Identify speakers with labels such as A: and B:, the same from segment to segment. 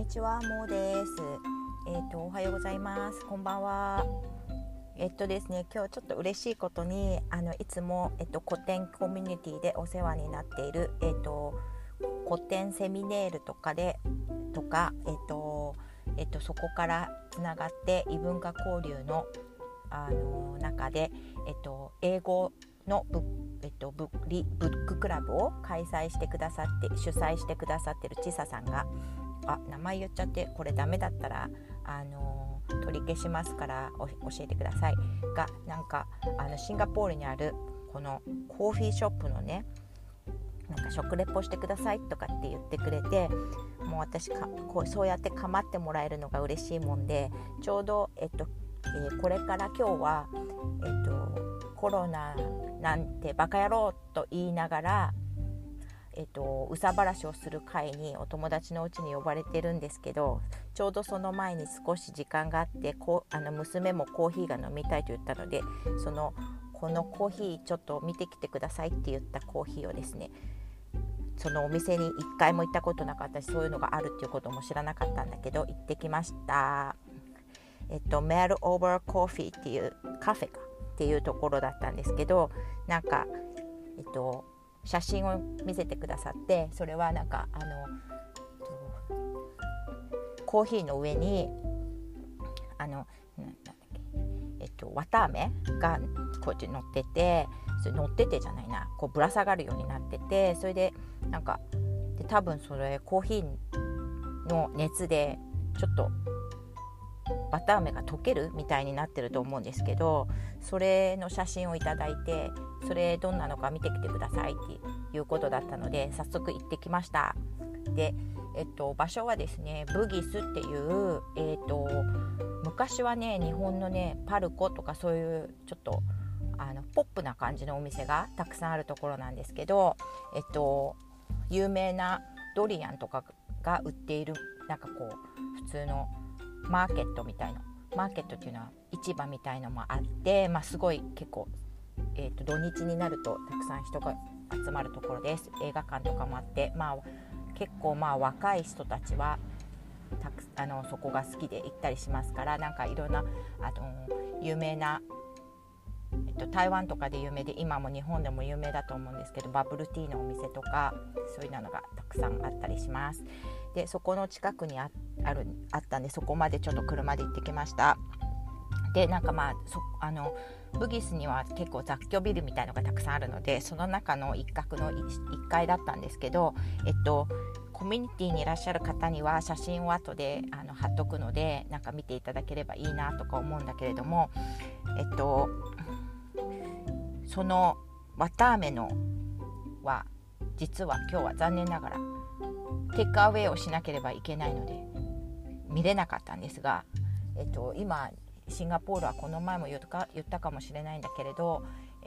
A: にちは、もうです。おはようございます。こんばんは。ですね、今日ちょっと嬉しいことにいつも古典コミュニティでお世話になっている古典セミネールとかそこからつながって異文化交流の中で英語のブッククラブを開催してくださって主催してくださっているちささんが名前言っちゃって、これダメだったら取り消しますから教えてくださいが、なんかシンガポールにあるこのコーヒーショップのね、なんか食レポしてくださいとかって言ってくれて、もう私そうやって構ってもらえるのが嬉しいもんで、ちょうどこれから今日はコロナなんてバカ野郎と言いながらうさばらしをする会にお友達のうちに呼ばれてるんですけど、ちょうどその前に少し時間があって娘もコーヒーが飲みたいと言ったので、このコーヒーちょっと見てきてくださいって言ったコーヒーをですね、そのお店に一回も行ったことなかったし、そういうのがあるっていうことも知らなかったんだけど行ってきました。メルオーバーコーヒーっていうカフェっていうところだったんですけど、なんか写真を見せてくださって、それはなんかコーヒーの上に綿あめがこうやって乗ってて、それ乗っててじゃないな、こうぶら下がるようになってて、それでなんか多分それコーヒーの熱でちょっと綿あめが溶けるみたいになってると思うんですけど、それの写真をいただいて、それどんなのか見てきてくださいっていうことだったので、早速行ってきました。で、場所はですね、ブギスっていう、昔はね、日本のねパルコとかそういうちょっとポップな感じのお店がたくさんあるところなんですけど、有名なドリアンとかが売っている、なんかこう普通のマーケットみたいな、マーケットっていうのは市場みたいのもあって、すごい結構、土日になるとたくさん人が集まるところです。映画館とかもあって、結構若い人たちはそこが好きで行ったりしますから、なんかいろんな有名な、台湾とかで有名で、今も日本でも有名だと思うんですけど、バブルティーのお店とかそういうのがたくさんあったりします。で、そこの近くにあったんで、そこまでちょっと車で行ってきました。で、なんかブギスには結構雑居ビルみたいのがたくさんあるので、その中の一角の1階だったんですけど、コミュニティにいらっしゃる方には写真を後で貼っとくので、なんか見ていただければいいなとか思うんだけれども、その綿あめのは実は今日は残念ながらテイクアウェイをしなければいけないので見れなかったんですが、今シンガポールはこの前も言ったかもしれないんだけれど、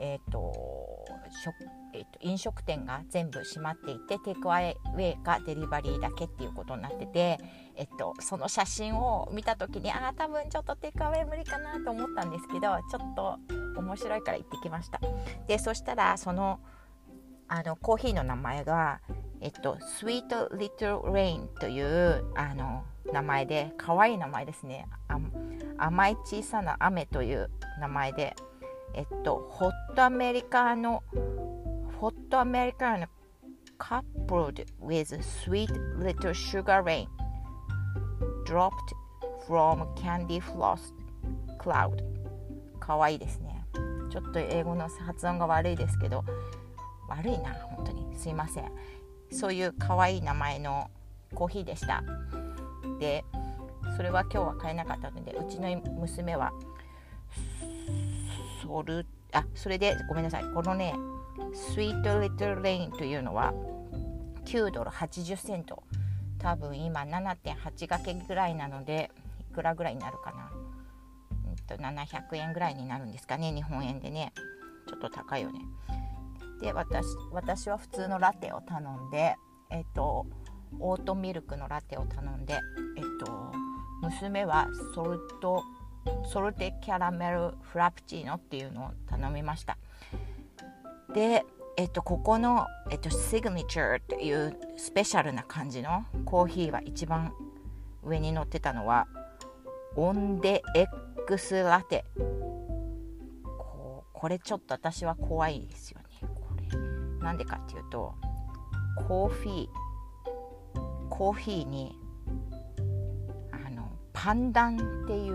A: 飲食店が全部閉まっていて、テイクアウェイかデリバリーだけっていうことになってて、その写真を見た時に多分ちょっとテイクアウェイ無理かなと思ったんですけど、ちょっと面白いから行ってきました。で、そしたらそのコーヒーの名前がSweet Little Rain という名前で、可愛い名前ですね。甘い小さな雨という名前で、ホットアメリカーノcoupled with sweet little sugar rain dropped from candy floss cloud。 可愛いですね。ちょっと英語の発音が悪いですけど、悪いな、本当にすいません。そういう可愛い名前のコーヒーでした。で、それは今日は買えなかったので、うちの娘はそれでごめんなさい、このねスイートリトルレインというのは$9 80セント、多分今 7.8 掛けぐらいなので、いくらぐらいになるかな、700円ぐらいになるんですかね、日本円でね。ちょっと高いよね。で、私は普通のラテを頼んで、オートミルクのラテを頼んで、娘はソルテキャラメルフラプチーノっていうのを頼みました。で、ここの、シグニチャーっていうスペシャルな感じのコーヒーは一番上に載ってたのはオンデ X ラテ。これちょっと私は怖いですよね。これなんでかっていうと、コーヒーにパンダンっていう、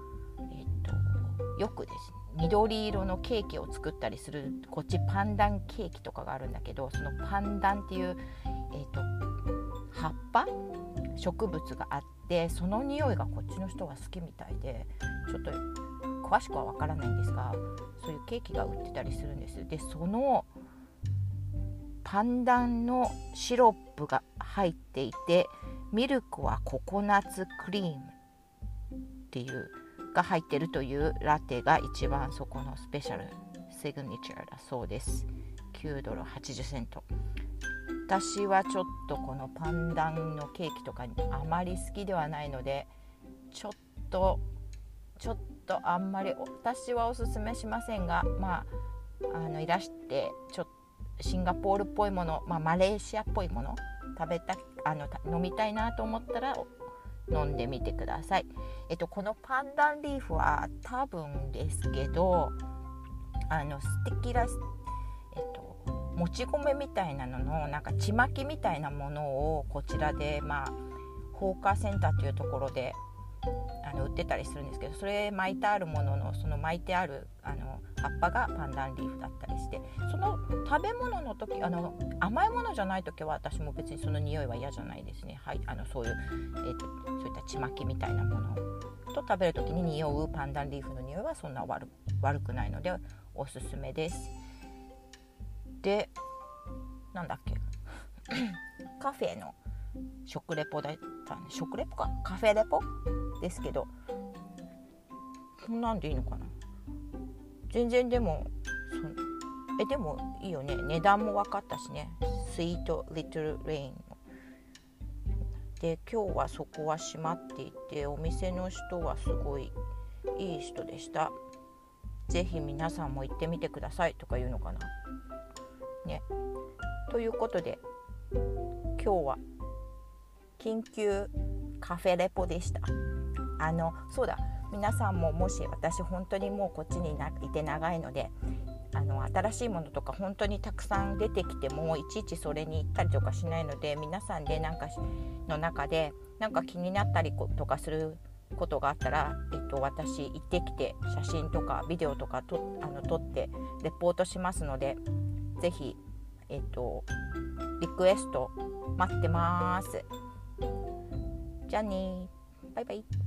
A: よくですね緑色のケーキを作ったりする、こっちパンダンケーキとかがあるんだけど、そのパンダンっていう、葉っぱ植物があって、その匂いがこっちの人が好きみたいで、ちょっと詳しくはわからないんですが、そういうケーキが売ってたりするんです。でそのパンダンのシロップが入っていて、ミルクはココナッツクリームっていうが入ってるというラテが一番そこのスペシャルシグニチャーだそうです。$9.80。私はちょっとこのパンダンのケーキとかあまり好きではないので、ちょっとあんまり私はおすすめしませんが、いらしてちょっとシンガポールっぽいもの、マレーシアっぽいもの飲みたいなと思ったら飲んでみてください。このパンダンリーフは多分ですけど、ステキラ、もち米みたいなののなんかちまきみたいなものをこちらで、ホーカーセンターというところで売ってたりするんですけど、それ巻いてあるもののその巻いてある葉っぱがパンダンリーフだったりして、その食べ物の時甘いものじゃない時は私も別にその匂いは嫌じゃないですね。はい、そういう、そういったちまきみたいなものと食べる時に匂うパンダンリーフの匂いはそんな悪くないのでおすすめです。でなんだっけカフェの食レポだったんで、食レポかカフェレポですけど、そんなんでいいのかな。全然でもいいよね。値段も分かったしね。スイートリトルレインで、今日はそこは閉まっていて、お店の人はすごいいい人でした。ぜひ皆さんも行ってみてくださいとか言うのかなね。ということで今日は緊急カフェレポでした。そうだ、皆さんももし、私本当にもうこっちにいて長いので、新しいものとか本当にたくさん出てきてもいちいちそれに行ったりとかしないので、皆さんでなんかの中でなんか気になったりとかすることがあったら、私行ってきて写真とかビデオとか撮ってレポートしますので、ぜひリクエスト待ってます。じゃあね、バイバイ。